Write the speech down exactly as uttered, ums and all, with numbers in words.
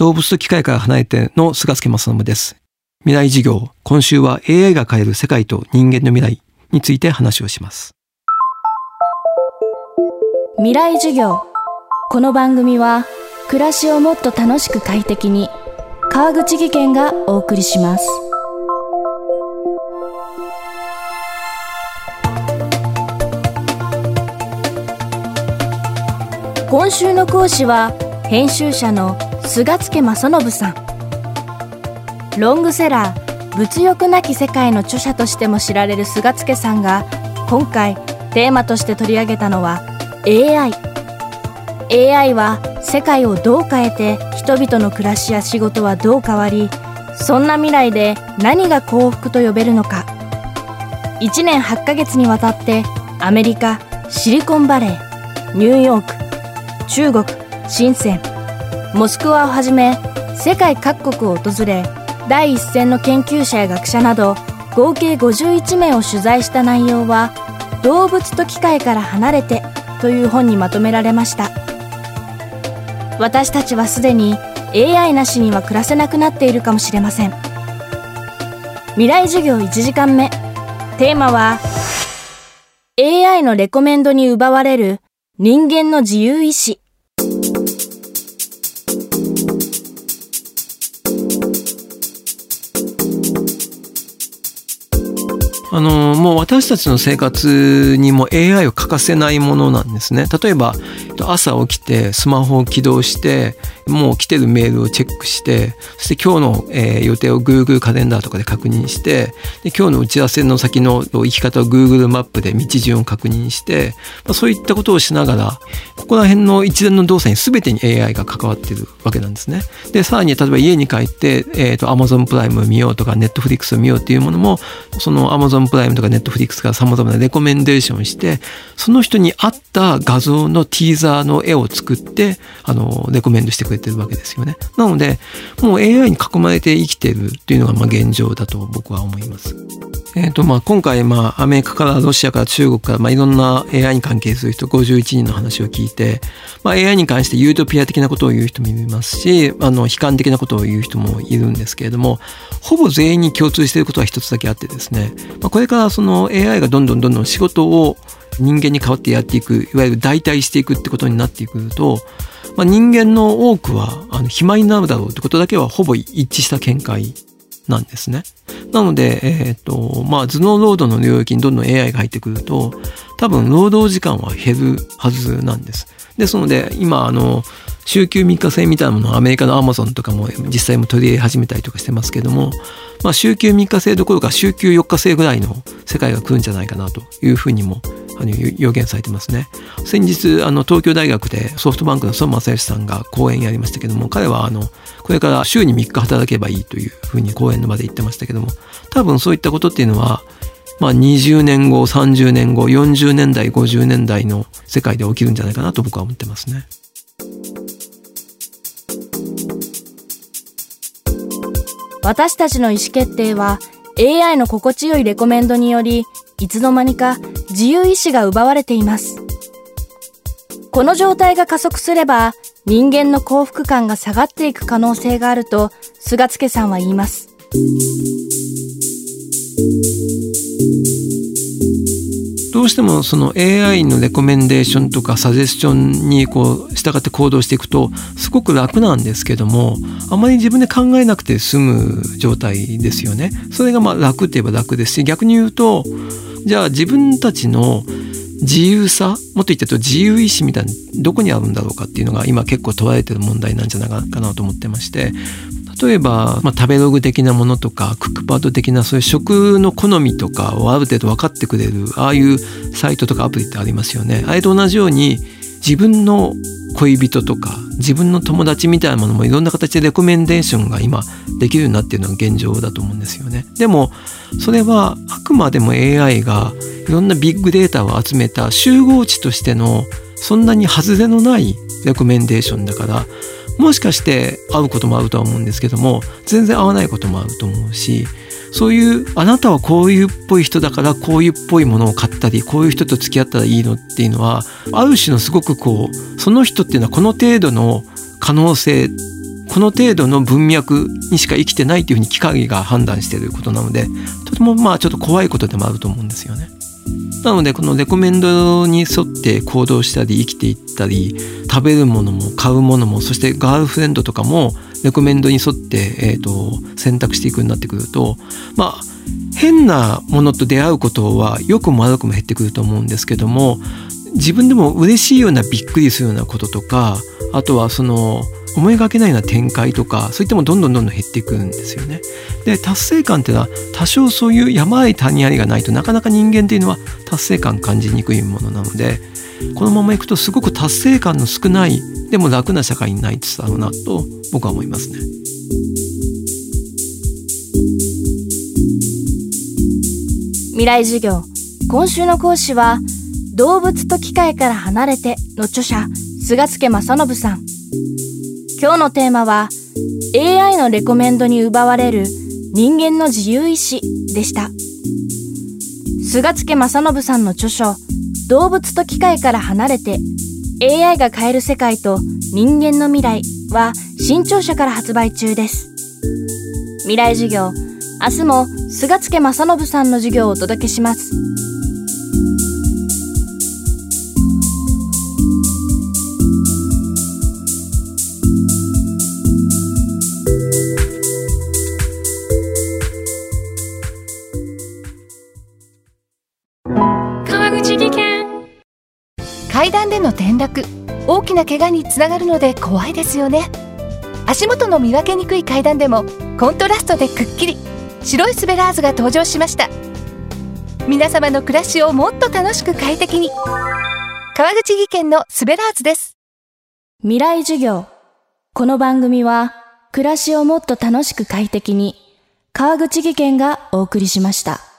動物と機械から離れての菅助正信です。未来授業、今週は エーアイ が変える世界と人間の未来について話をします。 未来授業。この番組は暮らしをもっと楽しく快適に、川口義賢がお送りします。今週の講師は編集者の菅助正信さん。ロングセラー物欲なき世界の著者としても知られる菅助さんが今回テーマとして取り上げたのは エーアイ。 エーアイ は世界をどう変えて人々の暮らしや仕事はどう変わり、そんな未来で何が幸福と呼べるのか。いちねんはちかげつにわたってアメリカ、シリコンバレー、ニューヨーク、中国、深セン、モスクワをはじめ世界各国を訪れ、第一線の研究者や学者など合計ごじゅういちめいを取材した内容は動物と機械から離れてという本にまとめられました。私たちはすでに エーアイ なしには暮らせなくなっているかもしれません。未来授業いちじかんめ、テーマは エーアイ のレコメンドに奪われる人間の自由意志。 あのもう私たちの生活にも エーアイ を欠かせないものなんですね。例えば朝起きてスマホを起動してもう来てるメールをチェックして、そして今日の、えー、予定を Google カレンダーとかで確認して、で今日の打ち合わせの先の行き方を Google マップで道順を確認して、まあ、そういったことをしながらここら辺の一連の動作に全てに エーアイ が関わっているわけなんですね。でさらに例えば家に帰って、えー、と Amazon プライムを見ようとか Netflix を見ようっていうものも、その Amazon プライムとか Netflix から様々なレコメンデーションをして、その人に合った画像のティーザーの絵を作ってあのレコメンドしてくれてるわけですよね。なのでもう エーアイ に囲まれて生きてるっていうのがまあ現状だと僕は思います。えーとまあ、今回まあアメリカからロシアから中国からまあいろんな エーアイ に関係する人ごじゅういちにんの話を聞いて、まあ、エーアイ に関してユートピア的なことを言う人もいますし、あの悲観的なことを言う人もいるんですけれども、ほぼ全員に共通していることは一つだけあってですね、まあ、これからその エーアイ がどんどんどんどん仕事を人間に代わってやっていく、いわゆる代替していくってことになっていくと、まあ、人間の多くはあの暇になるだろうってことだけはほぼ一致した見解なんですね。なので、えっと、まあ、頭脳労働の領域にどんどん エーアイ が入ってくると、多分労働時間は減るはずなんです。ですので、今、あの、週休みっか制みたいなものをアメリカのアマゾンとかも実際も取り入れ始めたりとかしてますけども、まあ、週休みっか制どころか週休よっか制ぐらいの世界が来るんじゃないかなというふうにもあの予言されてますね。先日あの東京大学でソフトバンクの孫正義さんが講演やりましたけども、彼はあのこれから週にみっか働けばいいというふうに講演の場で言ってましたけども、多分そういったことっていうのはまあにじゅうねんご、さんじゅうねんご、よんじゅうねんだい、ごじゅうねんだいの世界で起きるんじゃないかなと僕は思ってますね。 私たちの意思決定は エーアイ の心地よいレコメンドによりいつの間にか自由意志が奪われています。この状態が加速すれば人間の幸福感が下がっていく可能性があると菅助さんは言います。 どうしてもその エーアイ のレコメンデーションとかサジェスションにこう従って行動していくとすごく楽なんですけども、あまり自分で考えなくて済む状態ですよね。それがまあ楽って言えば楽ですし、逆に言うとじゃあ自分たちの自由さ、もっと言ってると自由意志みたいなどこにあるんだろうかっていうのが今結構問われてる問題なんじゃないかなと思ってまして、例えば、まあ、食べログ的なものとかクックパッド的なそういう食の好みとかをある程度分かってくれるああいうサイトとかアプリってありますよね。あれと同じように自分の恋人とか自分の友達みたいなものもいろんな形でレコメンデーションが今できるようになっているのが現状だと思うんですよね。でもそれはあくまでも エーアイ がいろんなビッグデータを集めた集合値としてのそんなに外れのないレコメンデーションだから、もしかして合うこともあるとは思うんですけども全然合わないこともあると思うし、そういうあなたはこういうっぽい人だからこういうっぽいものを買ったりこういう人と付き合ったらいいのっていうのはある種のすごくこうその人っていうのはこの程度の可能性この程度の文脈にしか生きてないというふうに機械が判断していることなので、とてもまあちょっと怖いことでもあると思うんですよね。なのでこのレコメンドに沿って行動したり生きていったり、食べるものも買うものも、そしてガールフレンドとかもレコメンドに沿って、えーと選択していくようになってくると、まあ変なものと出会うことは良くも悪くも減ってくると思うんですけども、自分でも嬉しいようなびっくりするようなこととか、あとはその思いがけないような展開とか、そういったものどんどんどんどん減っていくんですよね。で、達成感っていうのは多少そういう山あり谷ありがないとなかなか人間っていうのは達成感感じにくいものなので、このままいくとすごく達成感の少ないでも楽な社会になりつつあるなと僕は思いますね。 未来授業、今週の講師は動物と機械から離れての著者菅助正信さん。今日のテーマは エーアイ のレコメンドに奪われる人間の自由意志でした。菅助正信さんの著書動物と機械から離れて エーアイ が変える世界と人間の未来は新潮社から発売中です。未来授業、明日も菅助正信さんの授業をお届けします。 川口技研。階段での転落、大きな怪我につながるので怖いですよね。足元の見分けにくい階段でもコントラストでくっきり白いスベラーズが登場しました。皆様の暮らしをもっと楽しく快適に、川口技研のスベラーズです。 未来授業、この番組は暮らしをもっと楽しく快適に川口技研がお送りしました。